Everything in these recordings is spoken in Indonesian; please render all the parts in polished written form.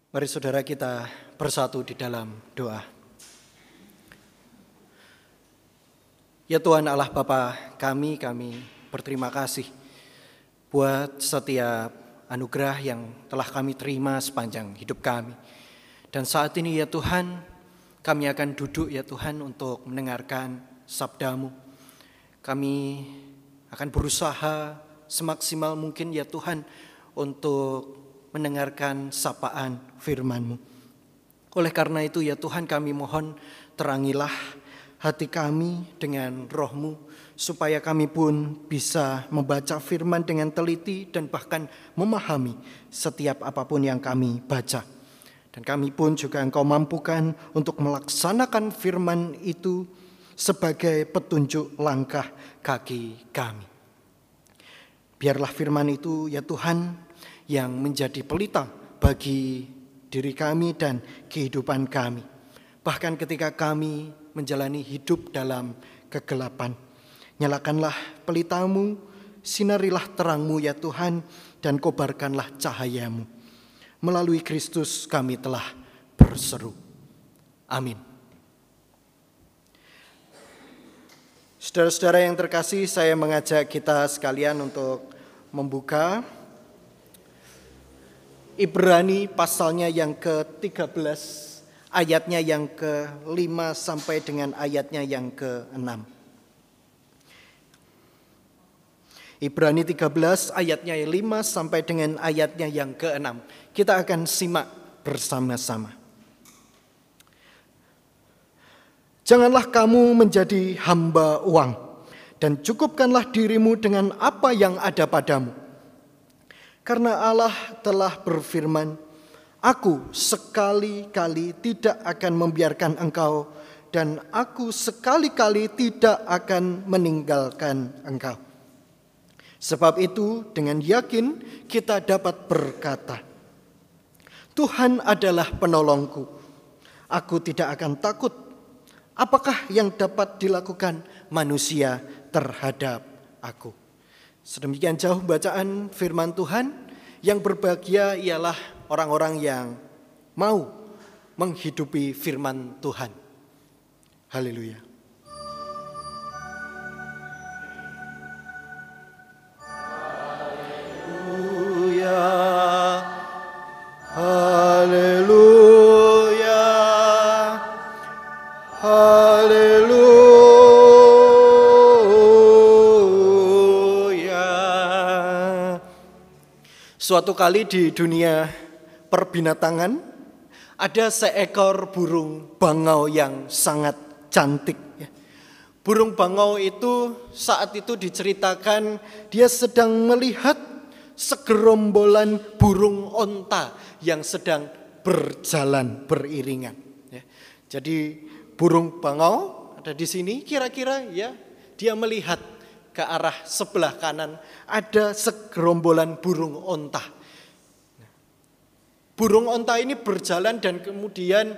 Mari saudara kita bersatu di dalam doa. Ya Tuhan Allah Bapa kami berterima kasih buat setiap anugerah yang telah kami terima sepanjang hidup kami. Dan saat ini ya Tuhan, kami akan duduk ya Tuhan untuk mendengarkan sabda-Mu. Kami akan berusaha semaksimal mungkin ya Tuhan untuk mendengarkan sapaan firman-Mu. Oleh karena itu ya Tuhan, kami mohon terangilah hati kami dengan Roh-Mu, supaya kami pun bisa membaca firman dengan teliti dan bahkan memahami setiap apapun yang kami baca. Dan kami pun juga Engkau mampukan untuk melaksanakan firman itu sebagai petunjuk langkah kaki kami. Biarlah firman itu ya Tuhan yang menjadi pelita bagi diri kami dan kehidupan kami. Bahkan ketika kami menjalani hidup dalam kegelapan, nyalakanlah pelita-Mu, sinarilah terang-Mu ya Tuhan, dan kobarkanlah cahaya-Mu. Melalui Kristus kami telah berseru. Amin. Saudara-saudara yang terkasih, saya mengajak kita sekalian untuk membuka Ibrani pasalnya yang ke-13, ayatnya yang ke-5 sampai dengan ayatnya yang ke-6. Ibrani 13 ayatnya yang 5 sampai dengan ayatnya yang ke-6. Kita akan simak bersama-sama. Janganlah kamu menjadi hamba uang, dan cukupkanlah dirimu dengan apa yang ada padamu. Karena Allah telah berfirman, Aku sekali-kali tidak akan membiarkan engkau, dan Aku sekali-kali tidak akan meninggalkan engkau. Sebab itu dengan yakin kita dapat berkata, Tuhan adalah penolongku, aku tidak akan takut. Apakah yang dapat dilakukan manusia terhadap aku? Sedemikian jauh bacaan firman Tuhan. Yang berbahagia ialah orang-orang yang mau menghidupi firman Tuhan. Haleluya. Haleluya. Haleluya. Haleluya. Suatu kali di dunia perbinatangan ada seekor burung bangau yang sangat cantik. Burung bangau itu saat itu diceritakan dia sedang melihat segerombolan burung onta yang sedang berjalan beriringan. Jadi burung bangau ada di sini, kira-kira ya dia melihat ke arah sebelah kanan ada segerombolan burung onta. Burung onta ini berjalan dan kemudian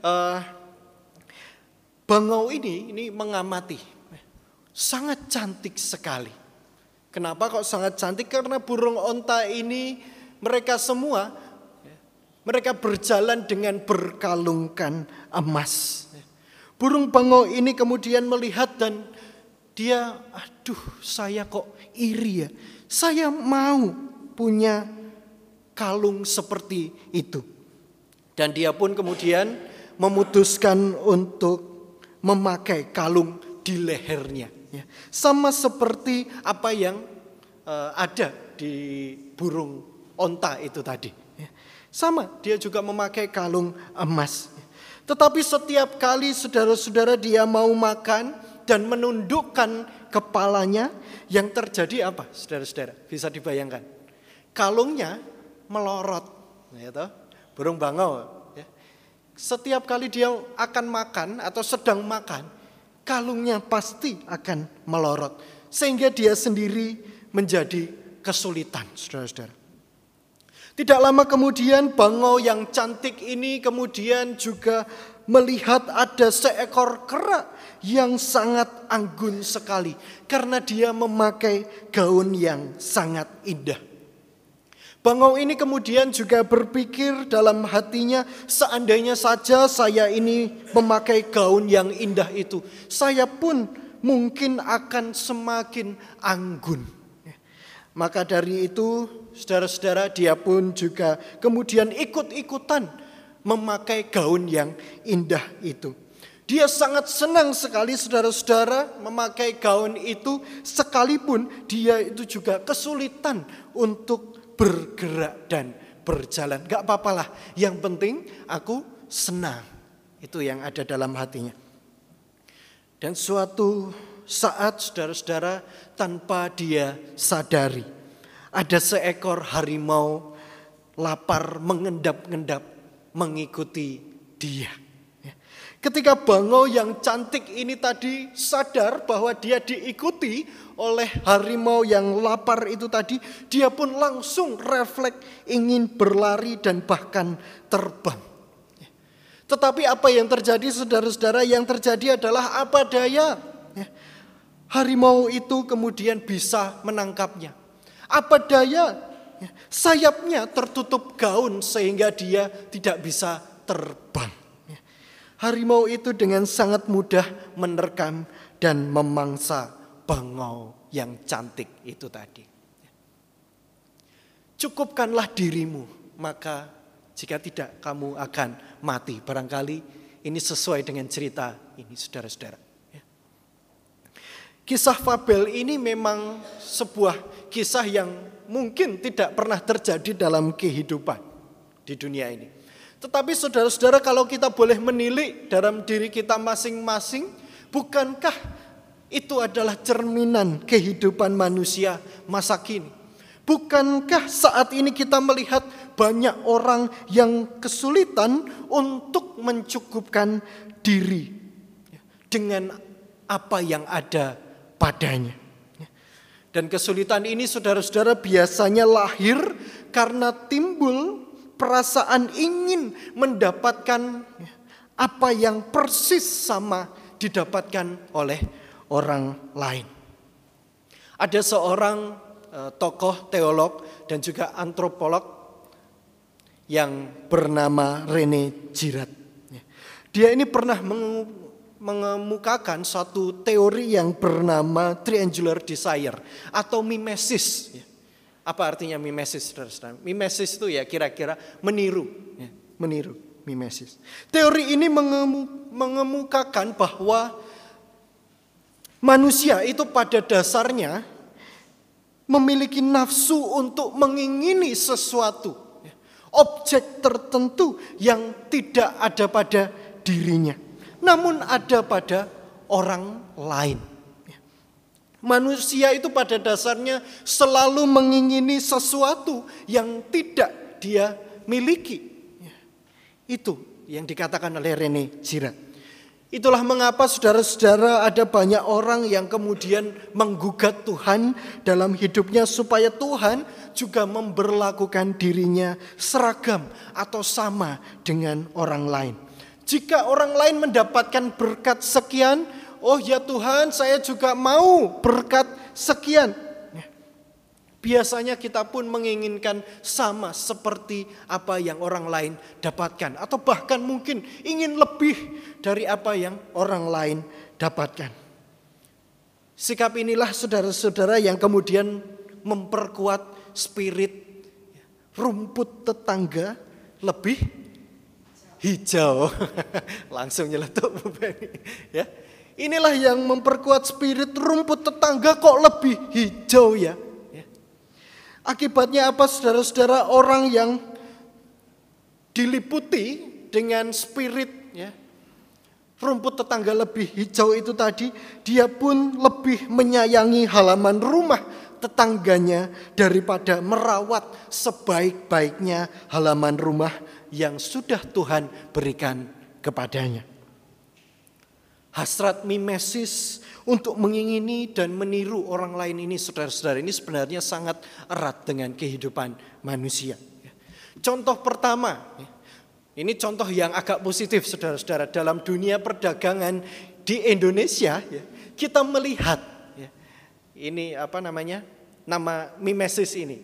bangau ini mengamati. Sangat cantik sekali. Kenapa kok sangat cantik? Karena burung onta ini mereka semua mereka berjalan dengan berkalungkan emas. Burung bangau ini kemudian melihat dan dia, saya kok iri ya. Saya mau punya kalung seperti itu. Dan dia pun kemudian memutuskan untuk memakai kalung di lehernya. Sama seperti apa yang ada di burung onta itu tadi. Sama, dia juga memakai kalung emas. Tetapi setiap kali saudara-saudara dia mau makan dan menundukkan kepalanya, yang terjadi apa? Saudara-saudara, bisa dibayangkan. Kalungnya melorot. Burung bangau. Setiap kali dia akan makan atau sedang makan, kalungnya pasti akan melorot. Sehingga dia sendiri menjadi kesulitan, saudara-saudara. Tidak lama kemudian bangau yang cantik ini kemudian juga melihat ada seekor kera yang sangat anggun sekali karena dia memakai gaun yang sangat indah. Bangau ini kemudian juga berpikir dalam hatinya, seandainya saja saya ini memakai gaun yang indah itu, saya pun mungkin akan semakin anggun. Maka dari itu, saudara-saudara, dia pun juga kemudian ikut-ikutan memakai gaun yang indah itu. Dia sangat senang sekali, saudara-saudara, memakai gaun itu, sekalipun dia itu juga kesulitan untuk bergerak dan berjalan. Gak apa-apalah, yang penting aku senang. Itu yang ada dalam hatinya. Dan suatu saat, saudara-saudara, tanpa dia sadari, ada seekor harimau lapar mengendap-endap mengikuti dia. Ketika bangau yang cantik ini tadi sadar bahwa dia diikuti oleh harimau yang lapar itu tadi, dia pun langsung refleks ingin berlari dan bahkan terbang. Tetapi apa yang terjadi, saudara-saudara? Yang terjadi adalah apa daya harimau itu kemudian bisa menangkapnya. Apa daya sayapnya tertutup gaun sehingga dia tidak bisa terbang. Harimau itu dengan sangat mudah menerkam dan memangsa bangau yang cantik itu tadi. Cukupkanlah dirimu, maka jika tidak kamu akan mati. Barangkali ini sesuai dengan cerita ini, saudara-saudara. Kisah fabel ini memang sebuah kisah yang mungkin tidak pernah terjadi dalam kehidupan di dunia ini. Tetapi saudara-saudara, kalau kita boleh menilik dalam diri kita masing-masing, bukankah itu adalah cerminan kehidupan manusia masa kini? Bukankah saat ini kita melihat banyak orang yang kesulitan untuk mencukupkan diri dengan apa yang ada padanya? Dan kesulitan ini, saudara-saudara, biasanya lahir karena timbul perasaan ingin mendapatkan apa yang persis sama didapatkan oleh orang lain. Ada seorang tokoh teolog dan juga antropolog yang bernama René Girard. Dia ini pernah mengemukakan suatu teori yang bernama triangular desire atau mimesis. Apa artinya mimesis, saudara-saudara? Mimesis itu ya kira-kira meniru, meniru, mimesis. Teori ini mengemukakan bahwa manusia itu pada dasarnya memiliki nafsu untuk mengingini sesuatu, objek tertentu yang tidak ada pada dirinya, namun ada pada orang lain. Manusia itu pada dasarnya selalu mengingini sesuatu yang tidak dia miliki. Itu yang dikatakan oleh René Girard. Itulah mengapa, saudara-saudara, ada banyak orang yang kemudian menggugat Tuhan dalam hidupnya supaya Tuhan juga memberlakukan dirinya seragam atau sama dengan orang lain. Jika orang lain mendapatkan berkat sekian, oh ya Tuhan, saya juga mau berkat sekian. Biasanya kita pun menginginkan sama seperti apa yang orang lain dapatkan. Atau bahkan mungkin ingin lebih dari apa yang orang lain dapatkan. Sikap inilah, saudara-saudara, yang kemudian memperkuat spirit rumput tetangga lebih hijau. Langsung nyeletuk Bu Beni. Ya. Inilah yang memperkuat spirit rumput tetangga kok lebih hijau ya. Akibatnya apa, saudara-saudara? Orang yang diliputi dengan spirit rumput tetangga lebih hijau itu tadi, dia pun lebih menyayangi halaman rumah tetangganya daripada merawat sebaik-baiknya halaman rumah yang sudah Tuhan berikan kepadanya. Hasrat mimesis untuk mengingini dan meniru orang lain ini, saudara-saudara, ini sebenarnya sangat erat dengan kehidupan manusia. Contoh pertama, ini contoh yang agak positif, saudara-saudara, dalam dunia perdagangan di Indonesia, kita melihat ini nama mimesis ini.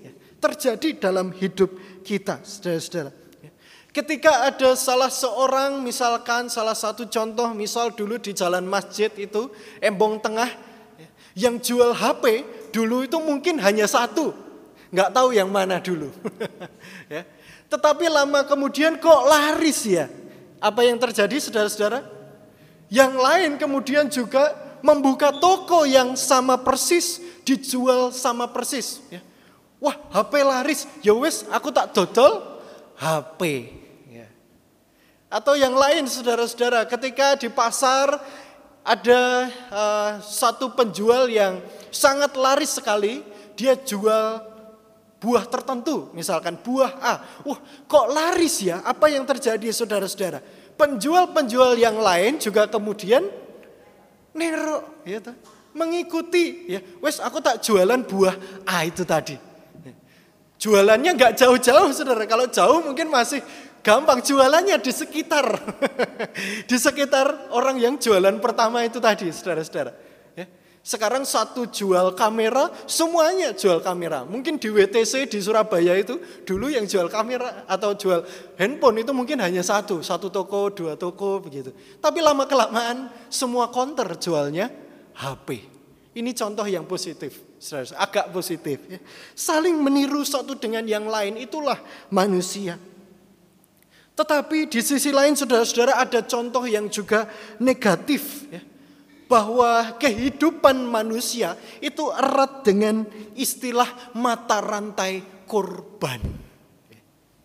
terjadi dalam hidup kita, saudara-saudara. Ketika ada salah seorang, misalkan salah satu contoh, misal dulu di jalan masjid itu, Embong Tengah, yang jual HP dulu itu mungkin hanya satu, nggak tahu yang mana dulu. Ya. Tetapi lama kemudian kok laris ya? Apa yang terjadi, saudara-saudara? Yang lain kemudian juga membuka toko yang sama persis, dijual sama persis. Ya. Wah, HP laris, ya wes aku tak dodol HP. Atau yang lain, saudara-saudara, ketika di pasar ada satu penjual yang sangat laris sekali, dia jual buah tertentu, misalkan buah A. Wah, kok laris ya? Apa yang terjadi, saudara-saudara? Penjual-penjual yang lain juga kemudian nero, ya, mengikuti. Ya, wes aku tak jualan buah A itu tadi. Jualannya nggak jauh-jauh, saudara. Kalau jauh mungkin masih gampang, jualannya di sekitar di sekitar orang yang jualan pertama itu tadi, saudara-saudara. Ya. Sekarang satu jual kamera, semuanya jual kamera. Mungkin di WTC di Surabaya itu dulu yang jual kamera atau jual handphone itu mungkin hanya satu toko, dua toko begitu. Tapi lama kelamaan semua counter jualnya HP. Ini contoh yang positif, saudara, agak positif. Ya. Saling meniru satu dengan yang lain, itulah manusia. Tetapi di sisi lain, saudara-saudara, ada contoh yang juga negatif. Ya. Bahwa kehidupan manusia itu erat dengan istilah mata rantai korban. Ya.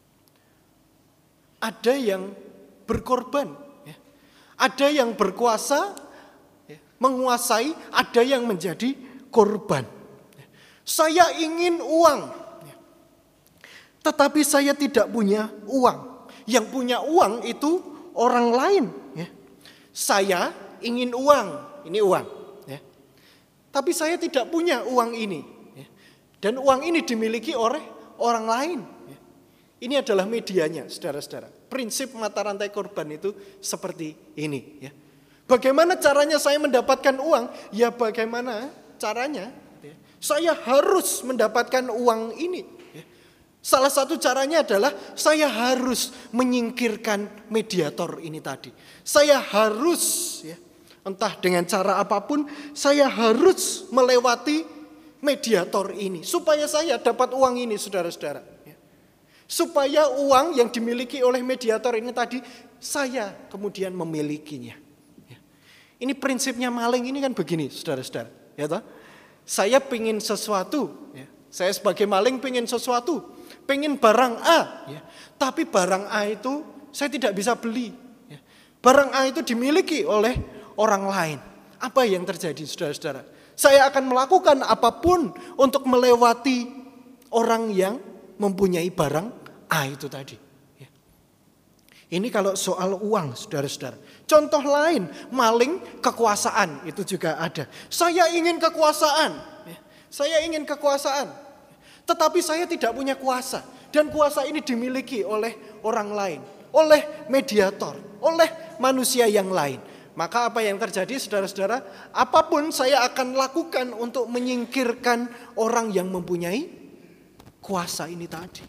Ada yang berkorban. Ya. Ada yang berkuasa, ya, menguasai, ada yang menjadi korban. Ya. Saya ingin uang, ya. Tetapi saya tidak punya uang. Yang punya uang itu orang lain. Ya. Saya ingin uang, ini uang. Ya. Tapi saya tidak punya uang ini. Ya. Dan uang ini dimiliki oleh orang lain. Ya. Ini adalah medianya, saudara-saudara. Prinsip mata rantai korban itu seperti ini. Ya. Bagaimana caranya saya mendapatkan uang? Ya bagaimana caranya? Ya. Saya harus mendapatkan uang ini. Salah satu caranya adalah saya harus menyingkirkan mediator ini tadi. Saya harus, ya, entah dengan cara apapun, saya harus melewati mediator ini. Supaya saya dapat uang ini, saudara-saudara. Ya. Supaya uang yang dimiliki oleh mediator ini tadi, saya kemudian memilikinya. Ya. Ini prinsipnya maling ini kan begini, saudara-saudara. Ya, toh? Saya pingin sesuatu, ya. Saya sebagai maling pingin sesuatu. Pengen barang A, ya. Tapi barang A itu saya tidak bisa beli. Ya. Barang A itu dimiliki oleh orang lain. Apa yang terjadi, saudara-saudara? Saya akan melakukan apapun untuk melewati orang yang mempunyai barang A itu tadi. Ya. Ini kalau soal uang, saudara-saudara. Contoh lain, maling kekuasaan itu juga ada. Saya ingin kekuasaan. Ya. Saya ingin kekuasaan. Tetapi saya tidak punya kuasa. Dan kuasa ini dimiliki oleh orang lain. Oleh mediator. Oleh manusia yang lain. Maka apa yang terjadi, saudara-saudara? Apapun saya akan lakukan untuk menyingkirkan orang yang mempunyai kuasa ini tadi.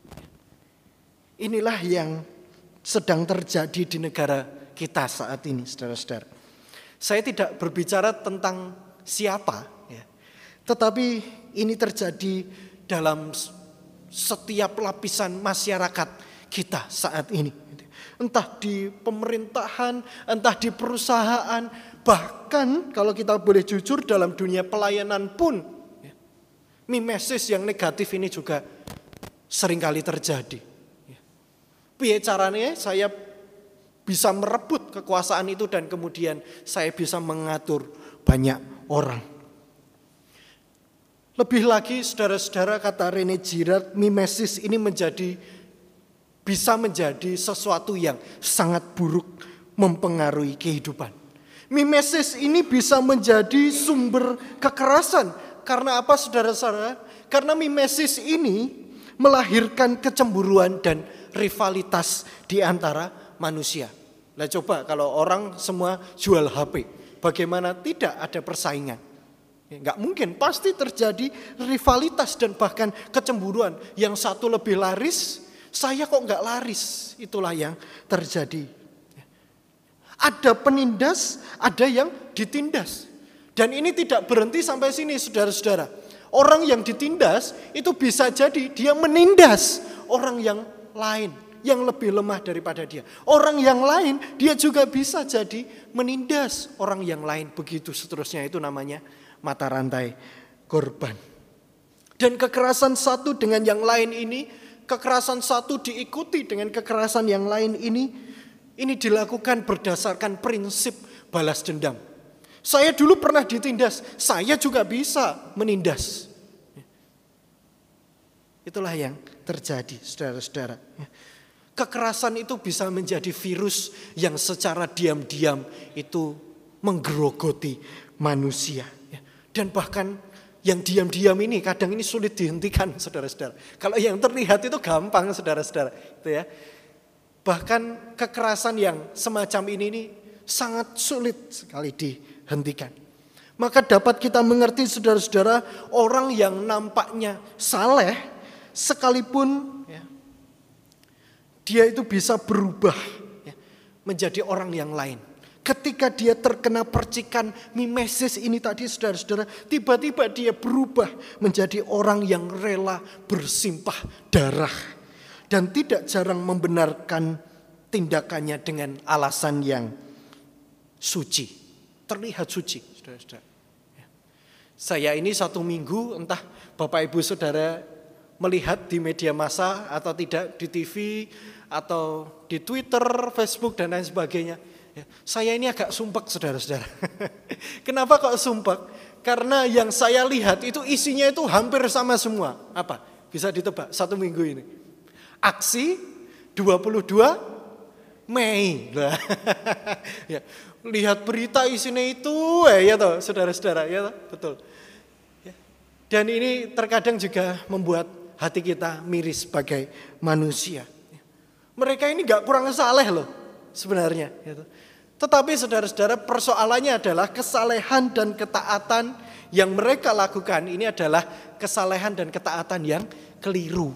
Inilah yang sedang terjadi di negara kita saat ini, saudara-saudara. Saya tidak berbicara tentang siapa. Ya. Tetapi ini terjadi dalam setiap lapisan masyarakat kita saat ini. Entah di pemerintahan, entah di perusahaan, bahkan kalau kita boleh jujur dalam dunia pelayanan pun, mimesis yang negatif ini juga seringkali terjadi. Piye caranya saya bisa merebut kekuasaan itu dan kemudian saya bisa mengatur banyak orang. Lebih lagi, saudara-saudara, kata Rene Girard, mimesis ini bisa menjadi sesuatu yang sangat buruk mempengaruhi kehidupan. Mimesis ini bisa menjadi sumber kekerasan. Karena apa, saudara-saudara? Karena mimesis ini melahirkan kecemburuan dan rivalitas di antara manusia. Nah coba kalau orang semua jual HP, bagaimana tidak ada persaingan? Nggak mungkin, pasti terjadi rivalitas dan bahkan kecemburuan. Yang satu lebih laris, saya kok nggak laris. Itulah yang terjadi. Ada penindas, ada yang ditindas. Dan ini tidak berhenti sampai sini, saudara-saudara. Orang yang ditindas itu bisa jadi dia menindas orang yang lain, yang lebih lemah daripada dia. Orang yang lain dia juga bisa jadi menindas orang yang lain. Begitu seterusnya, itu namanya mata rantai korban. Dan kekerasan satu dengan yang lain ini, kekerasan satu diikuti dengan kekerasan yang lain ini dilakukan berdasarkan prinsip balas dendam. Saya dulu pernah ditindas, saya juga bisa menindas. Itulah yang terjadi, saudara-saudara. Kekerasan itu bisa menjadi virus yang secara diam-diam itu menggerogoti manusia. Dan bahkan yang diam-diam ini kadang ini sulit dihentikan, saudara-saudara. Kalau yang terlihat itu gampang, saudara-saudara. Itu ya. Bahkan kekerasan yang semacam ini sangat sulit sekali dihentikan. Maka dapat kita mengerti, saudara-saudara, orang yang nampaknya saleh sekalipun dia itu bisa berubah menjadi orang yang lain. Ketika dia terkena percikan mimesis ini tadi, saudara-saudara, tiba-tiba dia berubah menjadi orang yang rela bersimpah darah. Dan tidak jarang membenarkan tindakannya dengan alasan yang suci. Terlihat suci, saudara-saudara. Saya ini 1 minggu, entah Bapak Ibu Saudara melihat di media massa atau tidak, di TV atau di Twitter, Facebook dan lain sebagainya. Saya ini agak sumpek, saudara-saudara. Kenapa kok sumpek? Karena yang saya lihat itu isinya itu hampir sama semua. Apa? Bisa ditebak 1 minggu ini. Aksi 22 Mei. Ya, lihat berita isinya itu, ya toh, saudara-saudara, ya toh, betul. Dan ini terkadang juga membuat hati kita miris sebagai manusia. Mereka ini gak kurang saleh loh sebenarnya. Tetapi saudara-saudara, persoalannya adalah kesalehan dan ketaatan yang mereka lakukan ini adalah kesalehan dan ketaatan yang keliru.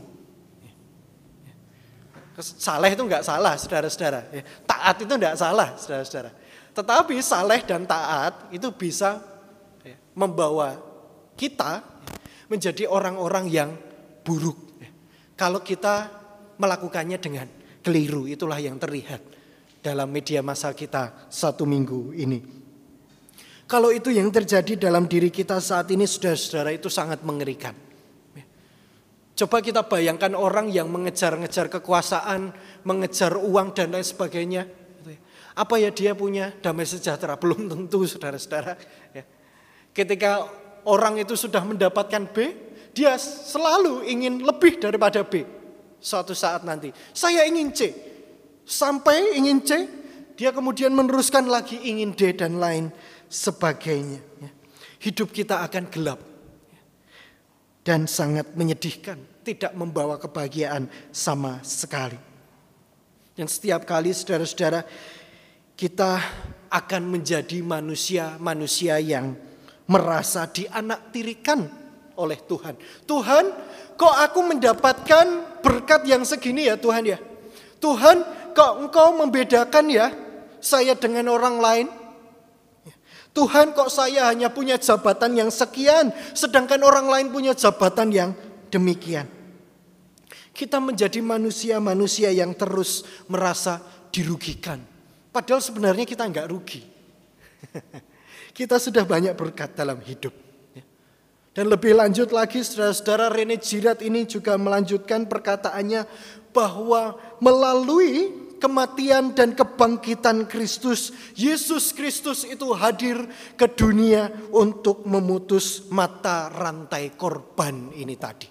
Saleh itu gak salah, saudara-saudara. Taat itu gak salah, saudara-saudara. Tetapi saleh dan taat itu bisa membawa kita menjadi orang-orang yang buruk. Kalau kita melakukannya dengan keliru, itulah yang terlihat dalam media massa kita 1 minggu ini. Kalau itu yang terjadi dalam diri kita saat ini, saudara-saudara, itu sangat mengerikan. Coba kita bayangkan orang yang mengejar-ngejar kekuasaan, mengejar uang dan lain sebagainya. Apa ya dia punya damai sejahtera? Belum tentu, saudara-saudara. Ketika orang itu sudah mendapatkan B, dia selalu ingin lebih daripada B. Suatu saat nanti, saya ingin C. Sampai ingin C, dia kemudian meneruskan lagi ingin D dan lain sebagainya. Hidup kita akan gelap dan sangat menyedihkan, tidak membawa kebahagiaan sama sekali. Dan setiap kali, saudara-saudara, kita akan menjadi manusia-manusia yang merasa dianaktirikan oleh Tuhan. Tuhan, kok aku mendapatkan berkat yang segini ya Tuhan ya? Tuhan, kok Engkau membedakan ya saya dengan orang lain? Tuhan, kok saya hanya punya jabatan yang sekian, sedangkan orang lain punya jabatan yang demikian. Kita menjadi manusia-manusia yang terus merasa dirugikan. Padahal sebenarnya kita enggak rugi. Kita sudah banyak berkat dalam hidup. Dan lebih lanjut lagi, saudara-saudara, Rene Girard ini juga melanjutkan perkataannya bahwa melalui kematian dan kebangkitan Kristus, Yesus Kristus itu hadir ke dunia untuk memutus mata rantai korban ini tadi.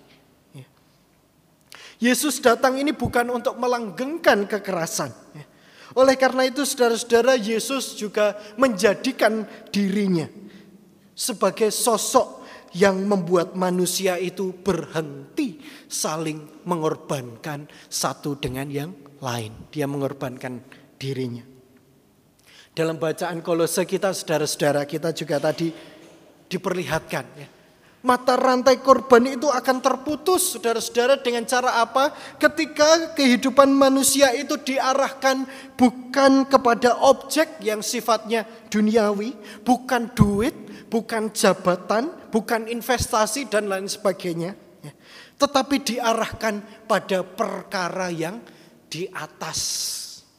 Yesus datang ini bukan untuk melanggengkan kekerasan. Oleh karena itu, saudara-saudara, Yesus juga menjadikan dirinya sebagai sosok yang membuat manusia itu berhenti saling mengorbankan satu dengan yang lain. Dia mengorbankan dirinya. Dalam bacaan Kolose kita, saudara-saudara, kita juga tadi diperlihatkan. Ya. Mata rantai korban itu akan terputus, saudara-saudara, dengan cara apa? Ketika kehidupan manusia itu diarahkan bukan kepada objek yang sifatnya duniawi, bukan duit, bukan jabatan, bukan investasi dan lain sebagainya, ya. Tetapi diarahkan pada perkara yang di atas.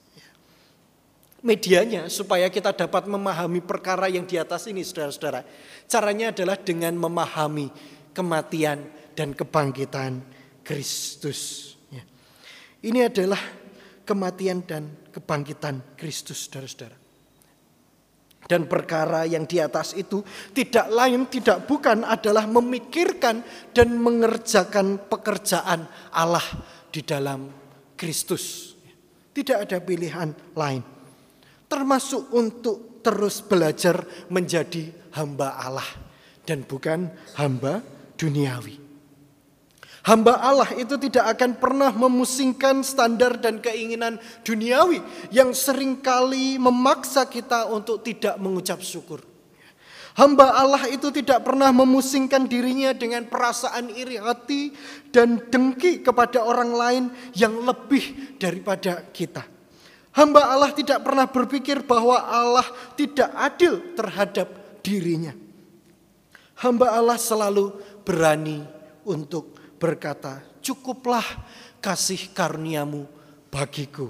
Medianya supaya kita dapat memahami perkara yang di atas ini, saudara-saudara. Caranya adalah dengan memahami kematian dan kebangkitan Kristus. Ya. Ini adalah kematian dan kebangkitan Kristus, saudara-saudara. Dan perkara yang di atas itu tidak lain, tidak bukan adalah memikirkan dan mengerjakan pekerjaan Allah di dalam Kristus. Tidak ada pilihan lain. Termasuk untuk terus belajar menjadi hamba Allah dan bukan hamba duniawi. Hamba Allah itu tidak akan pernah memusingkan standar dan keinginan duniawi yang seringkali memaksa kita untuk tidak mengucap syukur. Hamba Allah itu tidak pernah memusingkan dirinya dengan perasaan iri hati dan dengki kepada orang lain yang lebih daripada kita. Hamba Allah tidak pernah berpikir bahwa Allah tidak adil terhadap dirinya. Hamba Allah selalu berani untuk berkata, cukuplah kasih karuniamu bagiku.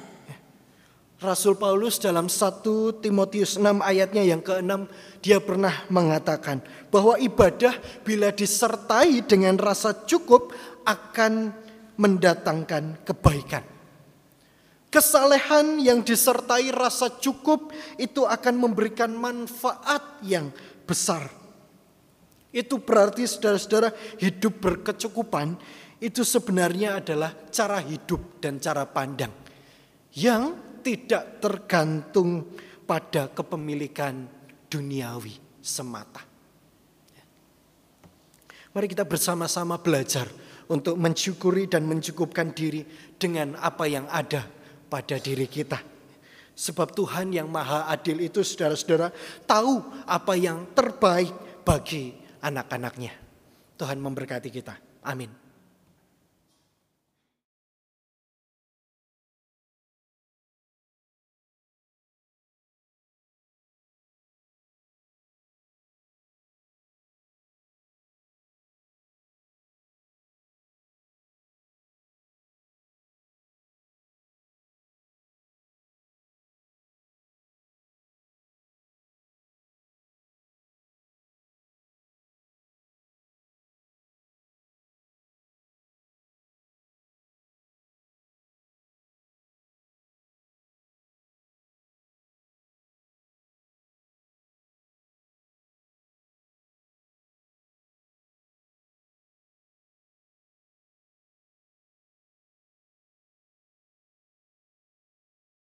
Rasul Paulus dalam 1 Timotius 6 ayatnya yang ke-6, dia pernah mengatakan bahwa ibadah bila disertai dengan rasa cukup akan mendatangkan kebaikan. Kesalehan yang disertai rasa cukup itu akan memberikan manfaat yang besar. Itu berarti saudara-saudara, hidup berkecukupan itu sebenarnya adalah cara hidup dan cara pandang yang tidak tergantung pada kepemilikan duniawi semata. Mari kita bersama-sama belajar untuk mensyukuri dan mencukupkan diri dengan apa yang ada pada diri kita. Sebab Tuhan yang maha adil itu, saudara-saudara, tahu apa yang terbaik bagi anak-anaknya. Tuhan memberkati kita. Amin.